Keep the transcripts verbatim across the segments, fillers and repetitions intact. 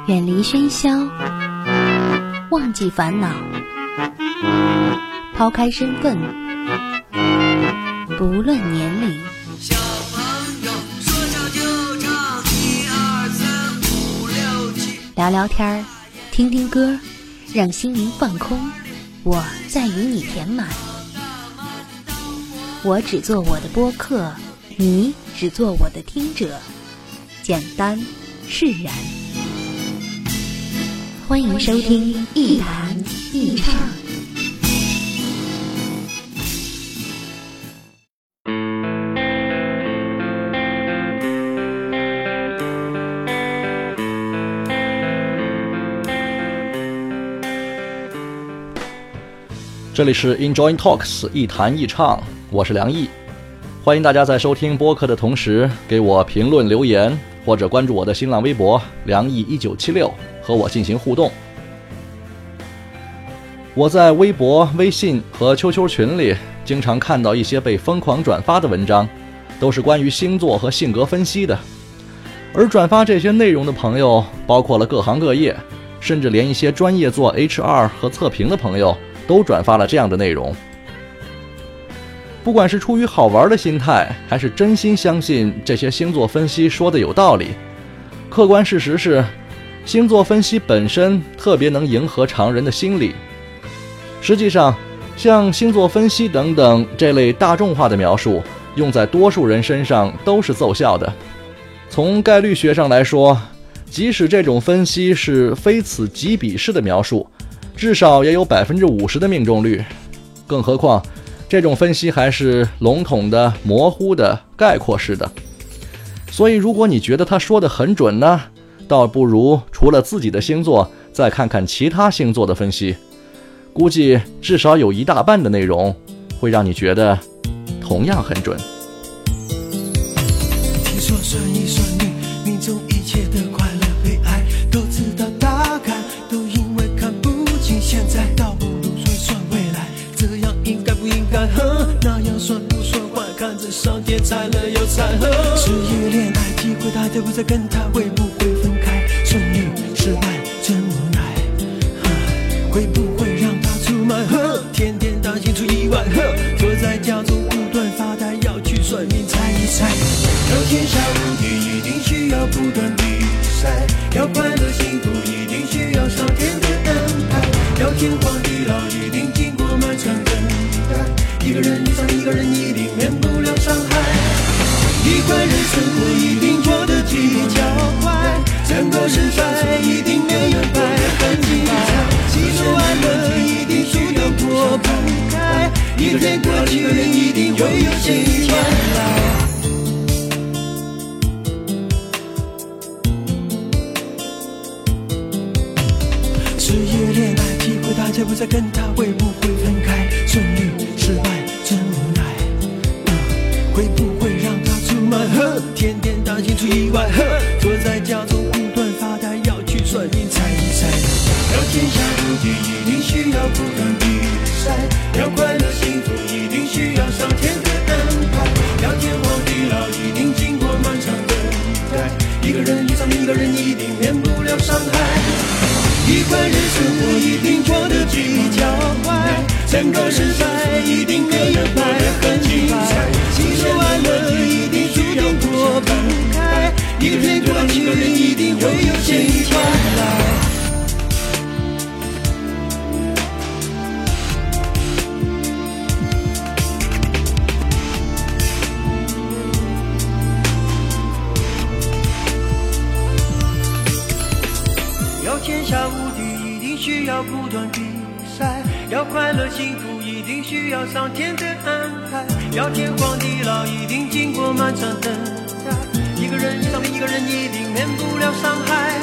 远离喧嚣，忘记烦恼，抛开身份，不论年龄。 小朋友说唱就唱一二三五六七， 聊聊天儿，听听歌，让心灵放空，我在与你填满。我只做我的播客，你只做我的听者，简单释然。欢迎收听一谈一唱。 这里是 Enjoy Talks 一谈一唱，我是梁毅，欢迎大家在收听播客的同时给我评论留言，或者关注我的新浪微博梁毅一九七六和我进行互动。我在微博、微信和 Q Q 群里经常看到一些被疯狂转发的文章，都是关于星座和性格分析的。而转发这些内容的朋友包括了各行各业，甚至连一些专业做 H R 和测评的朋友都转发了这样的内容。不管是出于好玩的心态，还是真心相信这些星座分析说的有道理，客观事实是，星座分析本身特别能迎合常人的心理。实际上，像星座分析等等这类大众化的描述，用在多数人身上都是奏效的。从概率学上来说，即使这种分析是非此即彼式的描述，至少也有 百分之五十 的命中率。更何况这种分析还是笼统的、模糊的、概括式的。所以如果你觉得他说的很准呢，倒不如除了自己的星座再看看其他星座的分析，估计至少有一大半的内容会让你觉得同样很准。 听说顺意顺利，命中一切的快乐悲哀都知道大概都因为看不清现在，倒不如算算未来，这样应该不应该呵，那样算不算坏，看着上天才能有才和。事业恋爱机会大家不再跟他，会不会分开，顺利失败真无奈，会不会让他出卖呵，天天担心出意外呵，坐在家中不断发呆，要去算命猜一猜。要天下无敌一定需要不断比赛，要快乐幸福一定需要上天的安排，要天荒地老一定经过漫长等待，一个人遇上一个人一定免不了伤害，一块人生活一定过得比较快，整个失败一定没有百分精彩，喜怒哀乐一定注定躲不开，一个天过去一定会有新天来。事业恋爱机会大家不再跟他，会不会分开，顺利失败真无奈，嗯、会不会让他出卖呵，天天担心出意外呵，坐在家中不断发呆，要去算命猜一猜。要天下无敌一定需要不断比赛，要快乐幸福一定需要上天的安排，要天荒地老一定经过漫长等待，一个人遇上一个人一定免不了伤害，一块人生活一定过得比较快，整个失败一定没有百分精彩，喜怒哀乐一定注定躲不开，一个天过去一定会有新天来。要天下无敌一定需要不断比赛，要快乐幸福一定需要上天的安排，要天荒地老一定经过漫长等待，一个人遇上一个人一定免不了伤害，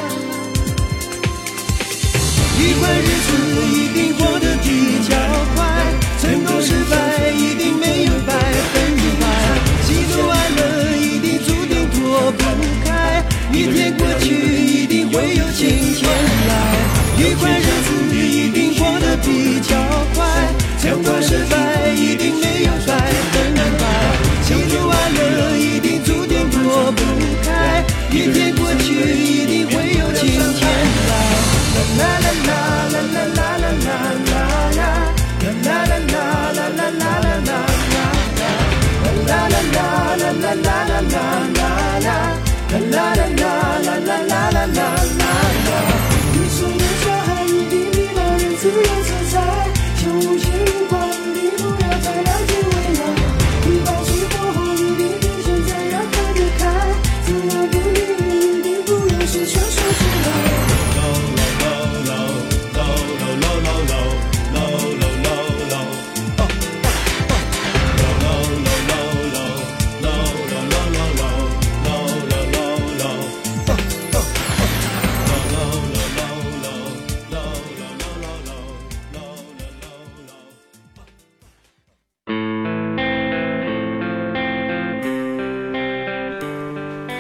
一块日子一定过得比较快，成功失败一定没有百分之百，喜怒哀乐一定注定躲不开，一天过去一定会有晴天来，一块日子一定过得比较快，成功失败一定没有百分之百，喜怒哀乐一定注定躲不开，一天过去一定会有晴天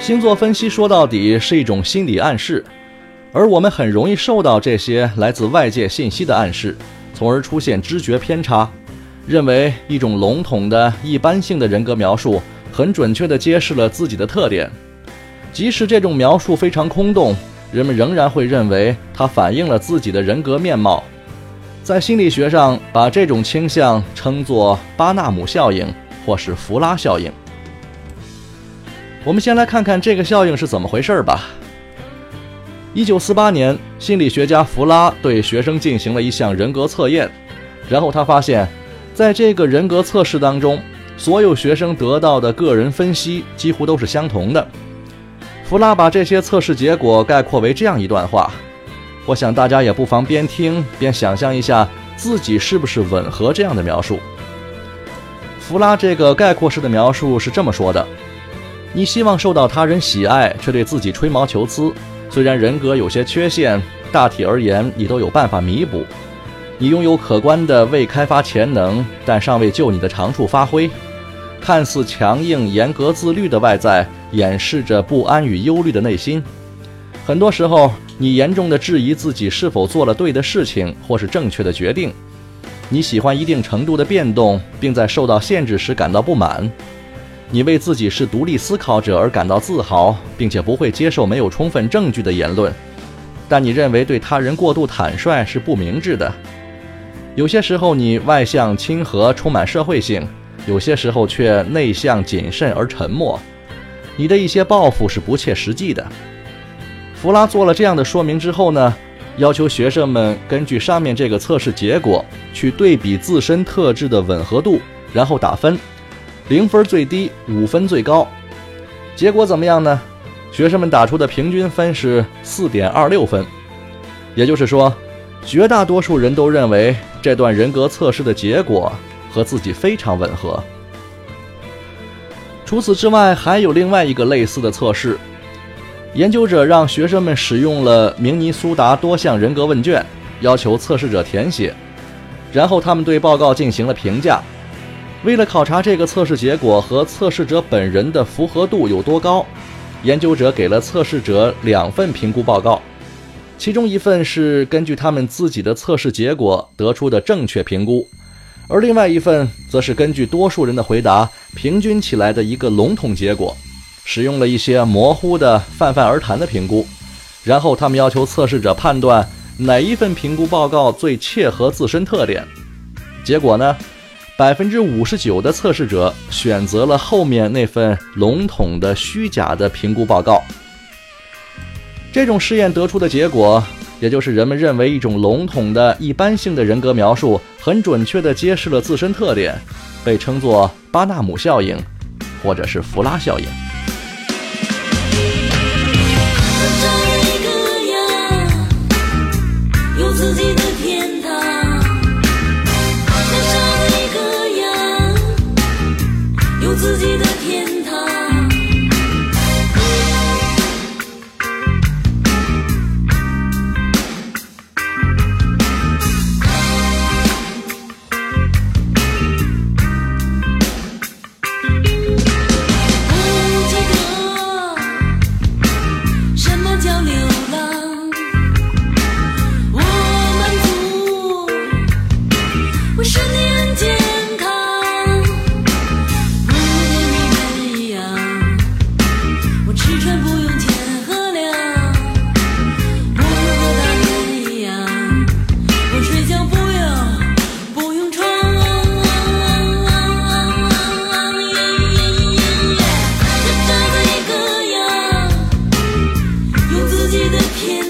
星座分析说到底是一种心理暗示，而我们很容易受到这些来自外界信息的暗示，从而出现知觉偏差，认为一种笼统的一般性的人格描述很准确地揭示了自己的特点。即使这种描述非常空洞，人们仍然会认为它反映了自己的人格面貌。在心理学上，把这种倾向称作巴纳姆效应或是弗拉效应。我们先来看看这个效应是怎么回事吧。一九四八年，心理学家弗拉对学生进行了一项人格测验，然后他发现，在这个人格测试当中，所有学生得到的个人分析几乎都是相同的。弗拉把这些测试结果概括为这样一段话，我想大家也不妨边听边想象一下自己是不是吻合这样的描述。弗拉这个概括式的描述是这么说的：你希望受到他人喜爱，却对自己吹毛求疵，虽然人格有些缺陷，大体而言你都有办法弥补。你拥有可观的未开发潜能，但尚未就你的长处发挥。看似强硬、严格、自律的外在，掩饰着不安与忧虑的内心。很多时候，你严重地质疑自己是否做了对的事情，或是正确的决定。你喜欢一定程度的变动，并在受到限制时感到不满。你为自己是独立思考者而感到自豪，并且不会接受没有充分证据的言论。但你认为对他人过度坦率是不明智的。有些时候你外向亲和，充满社会性，有些时候却内向谨慎而沉默。你的一些抱负是不切实际的。弗拉做了这样的说明之后呢，要求学生们根据上面这个测试结果去对比自身特质的吻合度，然后打分，零分最低，五分最高。结果怎么样呢？学生们打出的平均分是 四点二六 分，也就是说，绝大多数人都认为这段人格测试的结果和自己非常吻合。除此之外，还有另外一个类似的测试。研究者让学生们使用了明尼苏达多项人格问卷，要求测试者填写，然后他们对报告进行了评价。为了考察这个测试结果和测试者本人的符合度有多高，研究者给了测试者两份评估报告，其中一份是根据他们自己的测试结果得出的正确评估，而另外一份则是根据多数人的回答平均起来的一个笼统结果，使用了一些模糊的泛泛而谈的评估，然后他们要求测试者判断哪一份评估报告最切合自身特点。结果呢， 百分之五十九 的测试者选择了后面那份笼统的虚假的评估报告。这种试验得出的结果，也就是人们认为一种笼统的一般性的人格描述很准确地揭示了自身特点，被称作巴纳姆效应或者是弗拉效应。 有自己的天堂，像傻子一个样，有自己的天堂。不记得什么叫流浪。我身体很健康，不跟你们一样，我吃穿不用钱和粮，不和他们一样，我睡觉不用不用床，就这个一个样，有自己的天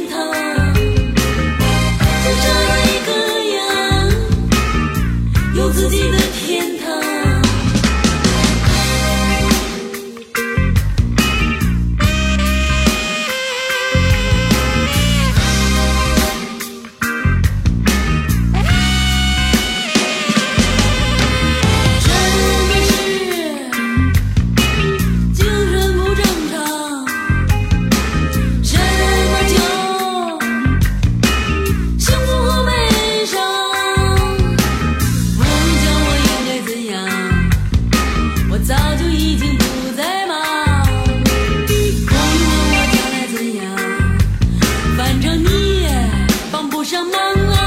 上忙。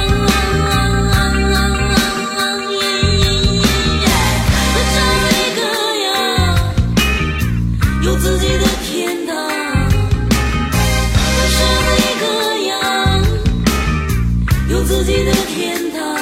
有自己的天堂，他生了一个羊，有自己的天堂。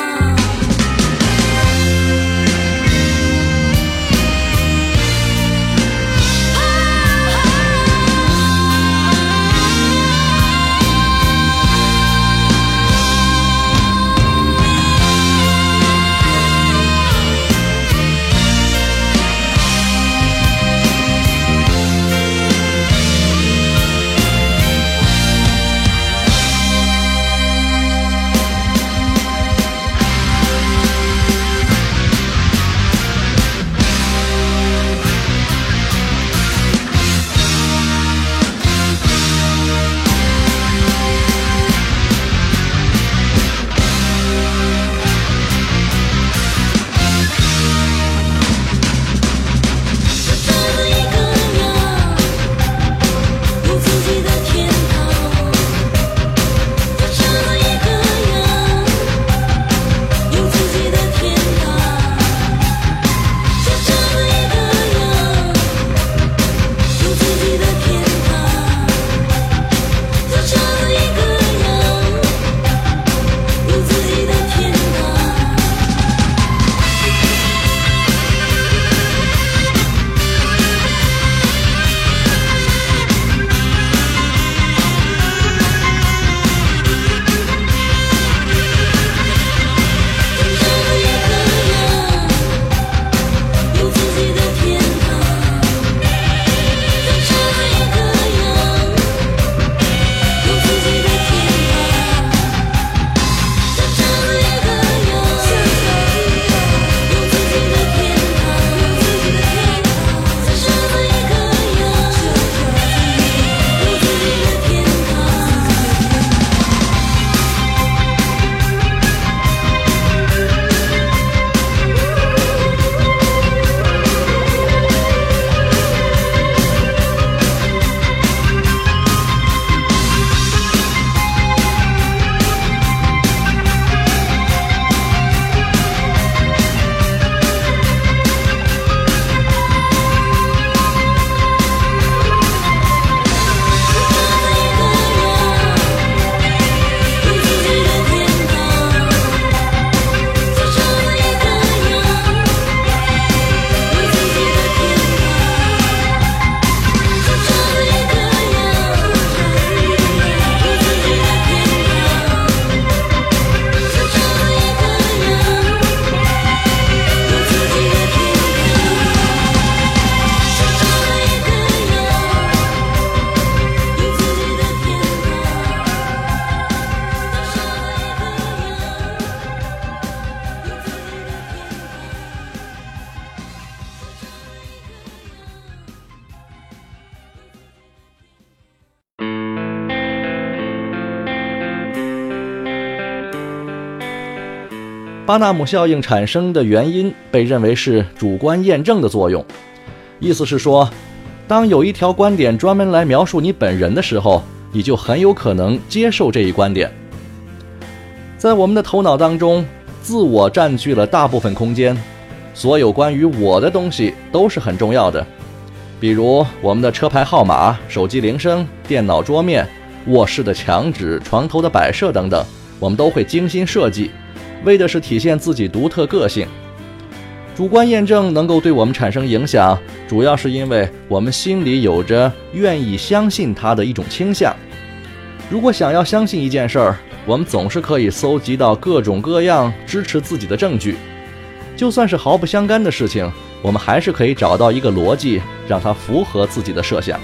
巴纳姆效应产生的原因被认为是主观验证的作用，意思是说，当有一条观点专门来描述你本人的时候，你就很有可能接受这一观点。在我们的头脑当中，自我占据了大部分空间，所有关于我的东西都是很重要的，比如我们的车牌号码、手机铃声、电脑桌面、卧室的墙纸、床头的摆设等等，我们都会精心设计，为的是体现自己独特个性。主观验证能够对我们产生影响，主要是因为我们心里有着愿意相信它的一种倾向。如果想要相信一件事儿，我们总是可以搜集到各种各样支持自己的证据，就算是毫不相干的事情，我们还是可以找到一个逻辑，让它符合自己的设想。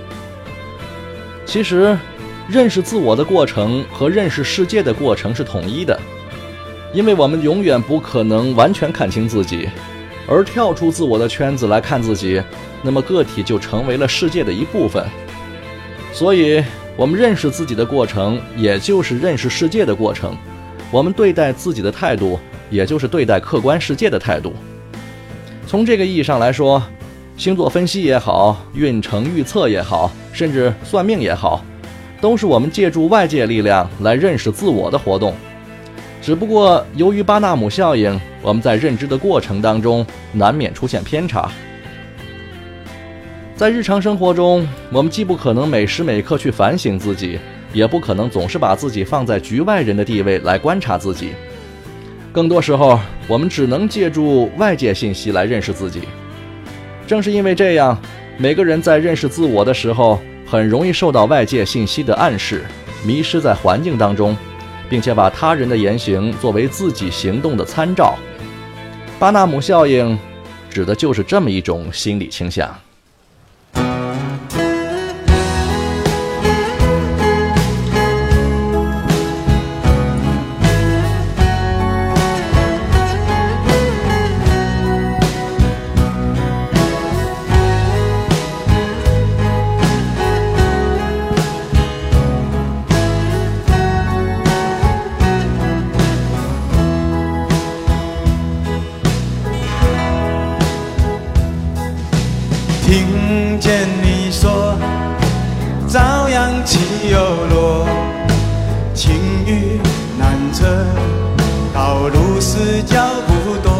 其实，认识自我的过程和认识世界的过程是统一的，因为我们永远不可能完全看清自己，而跳出自我的圈子来看自己，那么个体就成为了世界的一部分。所以，我们认识自己的过程，也就是认识世界的过程。我们对待自己的态度，也就是对待客观世界的态度。从这个意义上来说，星座分析也好，运程预测也好，甚至算命也好， 都是我们借助外界力量来认识自我的活动。只不过由于巴纳姆效应，我们在认知的过程当中难免出现偏差。在日常生活中，我们既不可能每时每刻去反省自己，也不可能总是把自己放在局外人的地位来观察自己。更多时候，我们只能借助外界信息来认识自己。正是因为这样，每个人在认识自我的时候，很容易受到外界信息的暗示，迷失在环境当中，并且把他人的言行作为自己行动的参照。巴纳姆效应指的就是这么一种心理倾向。 听见你说朝阳起又落，晴雨难测，道路是脚不多。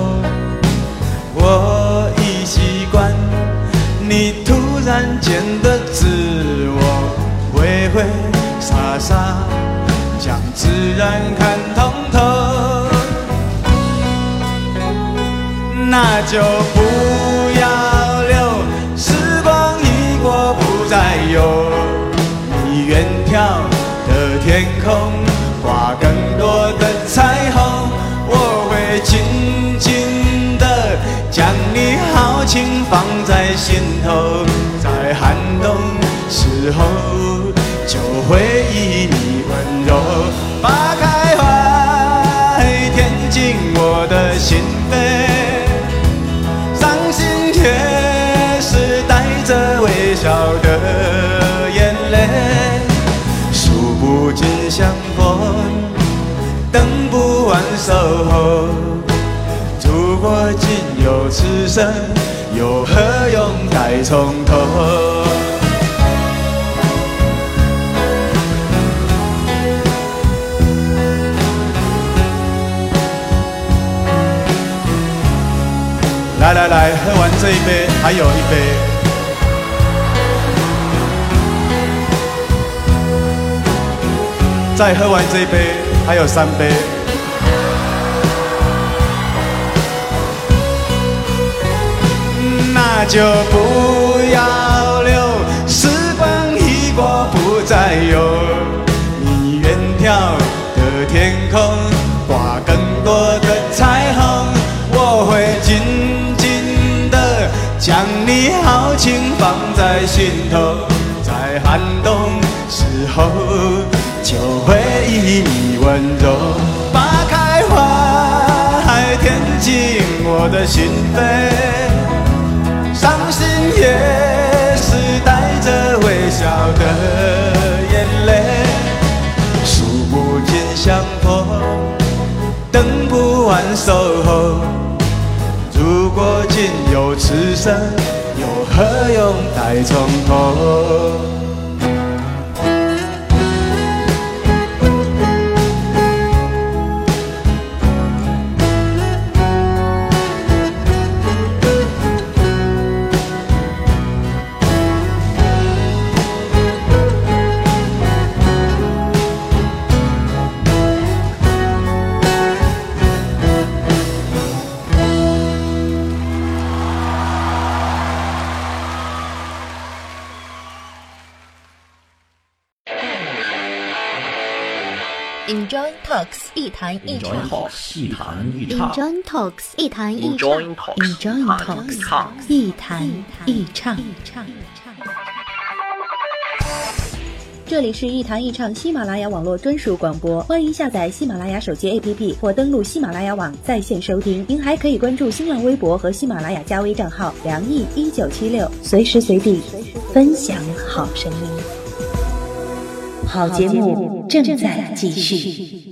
我已习惯你突然间的自我，挥挥洒洒将自然看通透。那就不要留时光一过不再有，你远眺的天空挂更多的彩虹，我会紧紧地将你豪情放在心头，在寒冬时候就会以你温柔把开怀填进我的心扉，伤心也是带着微笑的眼泪，数不尽相逢，等不完守候。如果仅有此生，又何用再从头？来来来，喝完这一杯，还有一杯。再喝完这一杯，还有三杯。那就不要留，时光一过不再有，你远眺的天空挂更多的彩虹，我会紧紧地将你豪情放在心头，在寒冬时候就会以你温柔把开怀填进我的心扉，伤心也是带着微笑的眼泪，数不尽相逢，等不完守候。如果仅有此生，又何用再从头？ Enjoy Talks 一谈一唱一谈一唱 Enjoy Talks 一谈一唱 Enjoy Talks 一谈一唱。这里是一谈一唱喜马拉雅网络专属广播，欢迎下载喜马拉雅手机 A P P 或登录喜马拉雅网在线收听。您还可以关注新浪微博和喜马拉雅加微账号梁毅一九七六，随时随地分享好声音。好节目正在继续。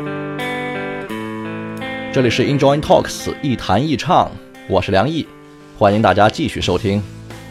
这里是 Enjoy Talks 一谈一唱，我是梁毅。 欢迎大家继续收听。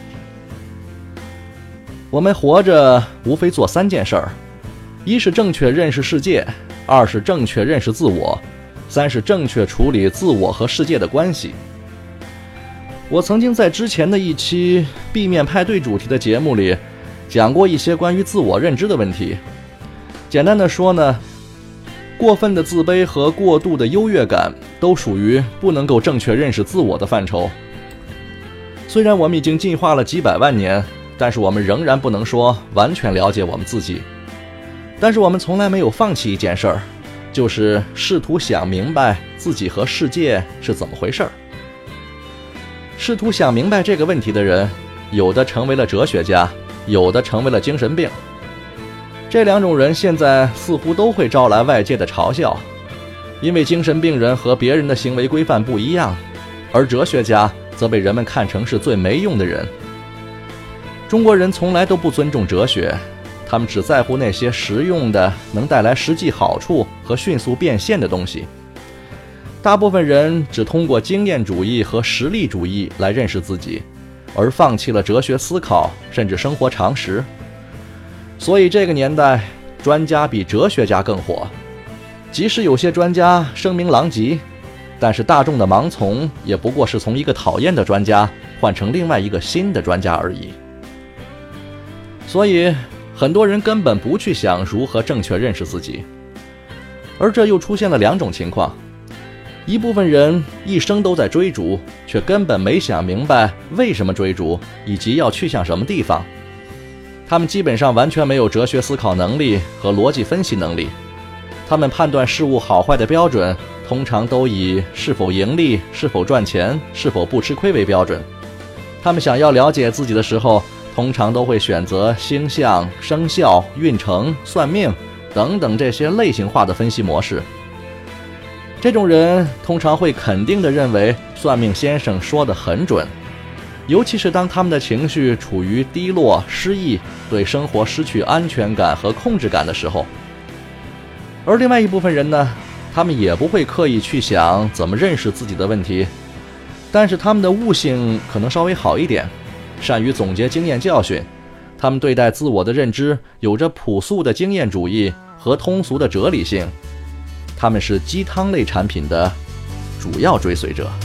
我们活着无非做三件事儿：一是正确认识世界，二是正确认识自我，三是正确处理自我和世界的关系。我曾经在之前的一期 B 面派对主题的节目里讲过一些关于自我认知的问题。简单的说呢，过分的自卑和过度的优越感都属于不能够正确认识自我的范畴。虽然我们已经进化了几百万年，但是我们仍然不能说完全了解我们自己。但是我们从来没有放弃一件事儿，就是试图想明白自己和世界是怎么回事儿。试图想明白这个问题的人，有的成为了哲学家，有的成为了精神病。这两种人现在似乎都会招来外界的嘲笑，因为精神病人和别人的行为规范不一样，而哲学家则被人们看成是最没用的人。中国人从来都不尊重哲学，他们只在乎那些实用的、能带来实际好处和迅速变现的东西。大部分人只通过经验主义和实力主义来认识自己，而放弃了哲学思考，甚至生活常识。所以这个年代，专家比哲学家更火。即使有些专家声名狼藉，但是大众的盲从也不过是从一个讨厌的专家换成另外一个新的专家而已。所以很多人根本不去想如何正确认识自己，而这又出现了两种情况：一部分人一生都在追逐，却根本没想明白为什么追逐，以及要去向什么地方。他们基本上完全没有哲学思考能力和逻辑分析能力，他们判断事物好坏的标准通常都以是否盈利、是否赚钱、是否不吃亏为标准。他们想要了解自己的时候，通常都会选择星象、生肖、运程、算命等等这些类型化的分析模式。这种人通常会肯定地认为算命先生说得很准，尤其是当他们的情绪处于低落、失意，对生活失去安全感和控制感的时候。而另外一部分人呢，他们也不会刻意去想怎么认识自己的问题，但是他们的悟性可能稍微好一点，善于总结经验教训。他们对待自我的认知有着朴素的经验主义和通俗的哲理性，他们是鸡汤类产品的主要追随者。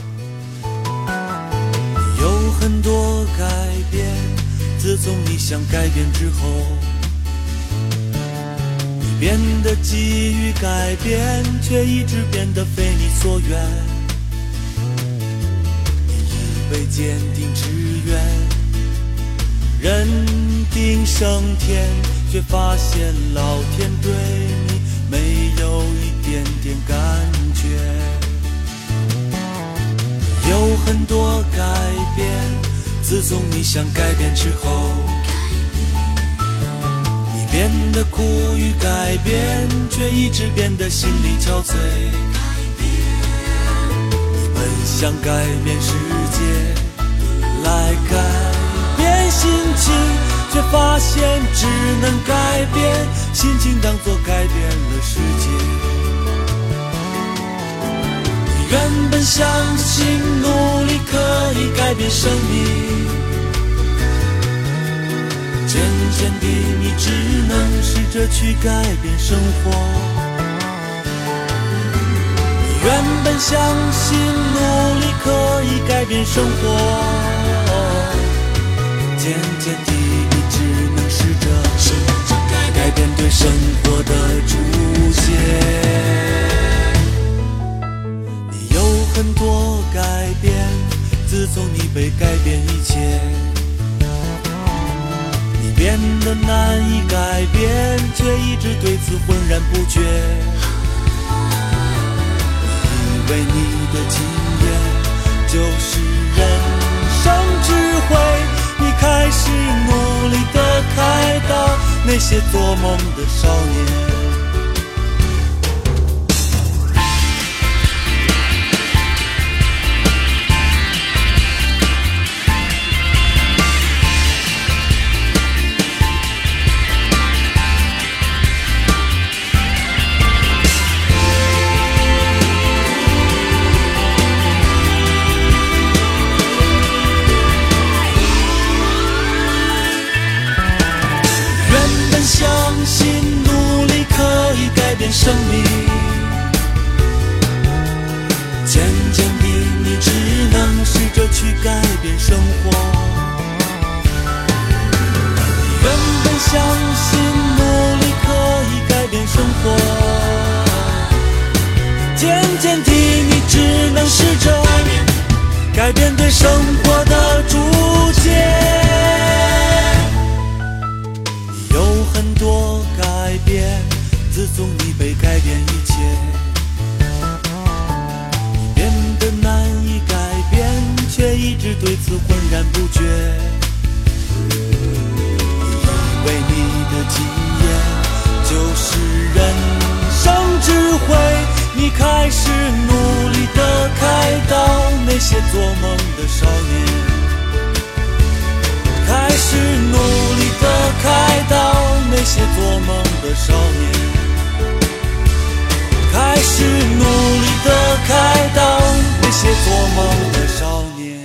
有很多改变，自从你想改变之后，你变得急于改变，却一直变得非你所愿。你以为坚定志愿，人定胜天，却发现老天对你没有一点点感觉。有很多改变，自从你想改变之后，你变得苦于改变，却一直变得心力憔悴。你本想改变世界，来改变心情，却发现只能改变心情，当作改变了世界。原本相信努力可以改变生命，渐渐地你只能试着去改变生活。你原本相信努力可以改变生活，渐渐地你只能试着改变对生活的主见。很多改变，自从你被改变以前，你变得难以改变，却一直对此浑然不觉。你以为你的经验就是人生智慧，你开始努力地开导那些做梦的少年。 变生命。渐渐地，你只能试着去改变生活。原本相信努力可以改变生活，渐渐地，你只能试着改变对生活的注解。有很多改变，自从你被改变以前，你变得难以改变，却一直对此浑然不觉。你以为你的经验就是人生智慧，你开始努力地开导那些做梦的少年，开始努力地开导那些做梦的少年，开始努力地开导那些做梦的少年。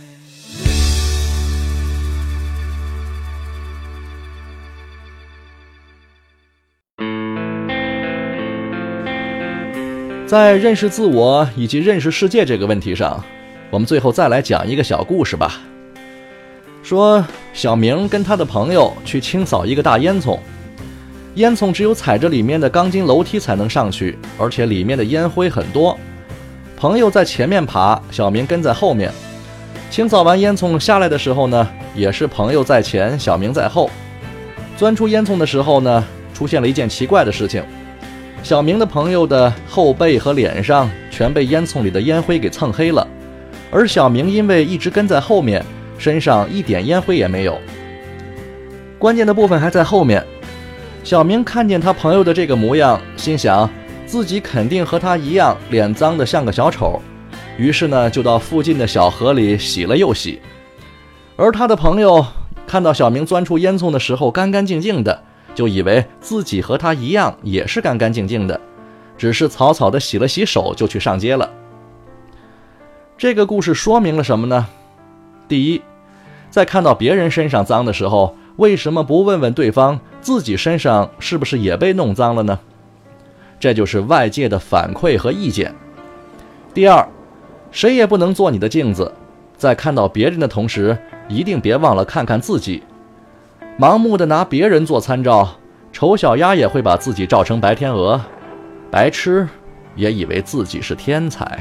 在认识自我以及认识世界这个问题上，我们最后再来讲一个小故事吧。说小明跟他的朋友去清扫一个大烟囱，烟囱只有踩着里面的钢筋楼梯才能上去，而且里面的烟灰很多。朋友在前面爬，小明跟在后面。清扫完烟囱下来的时候呢，也是朋友在前，小明在后。钻出烟囱的时候呢，出现了一件奇怪的事情。小明的朋友的后背和脸上全被烟囱里的烟灰给蹭黑了，而小明因为一直跟在后面，身上一点烟灰也没有。关键的部分还在后面。小明看见他朋友的这个模样，心想自己肯定和他一样脸脏的像个小丑，于是呢就到附近的小河里洗了又洗。而他的朋友看到小明钻出烟囱的时候干干净净的，就以为自己和他一样也是干干净净的，只是草草的洗了洗手就去上街了。这个故事说明了什么呢？第一，在看到别人身上脏的时候，为什么不问问对方自己身上是不是也被弄脏了呢？这就是外界的反馈和意见。第二，谁也不能做你的镜子，在看到别人的同时，一定别忘了看看自己。盲目的拿别人做参照，丑小鸭也会把自己照成白天鹅，白痴也以为自己是天才。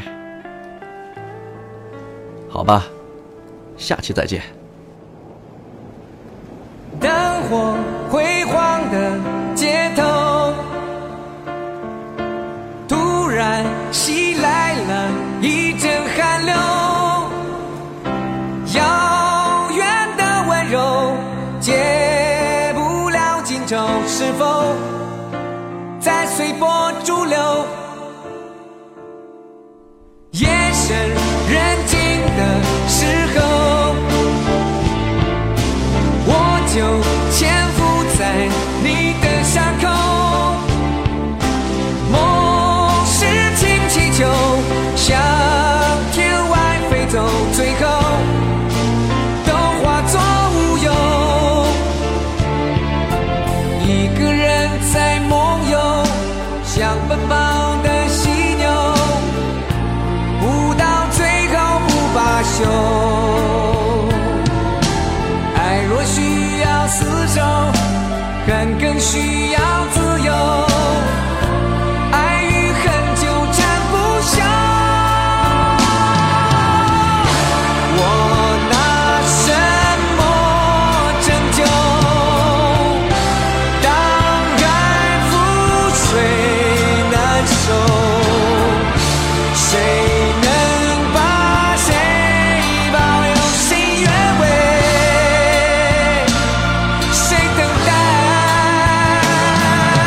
好吧，下期再见。 灯火辉煌的街头，突然袭来了一阵寒流，遥远的温柔解不了今朝，是否在随波逐流？夜深人静的时候，我就潜伏在你的伤口，梦是氢气球向天外飞走，最后都化作乌有。一个人在梦游，像奔跑的犀牛，不到最后不罢休。爱若需要厮守，恨更需要自由，爱与恨纠缠不休。我拿什么拯救？当爱覆水难收，谁能把谁保有，谁原味，谁等待？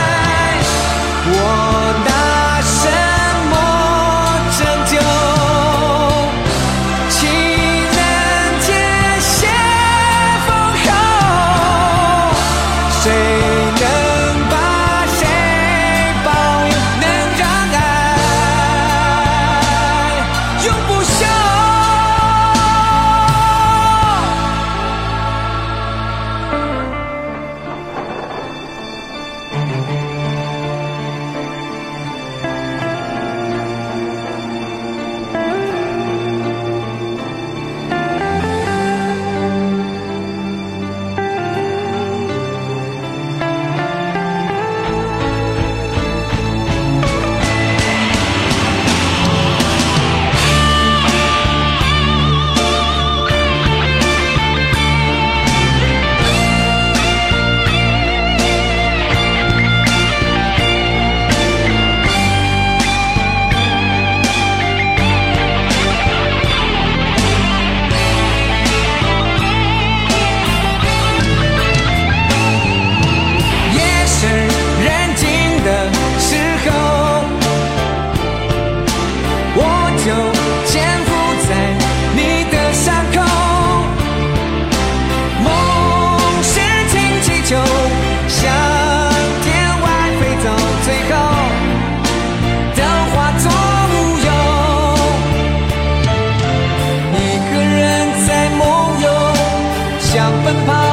奔跑。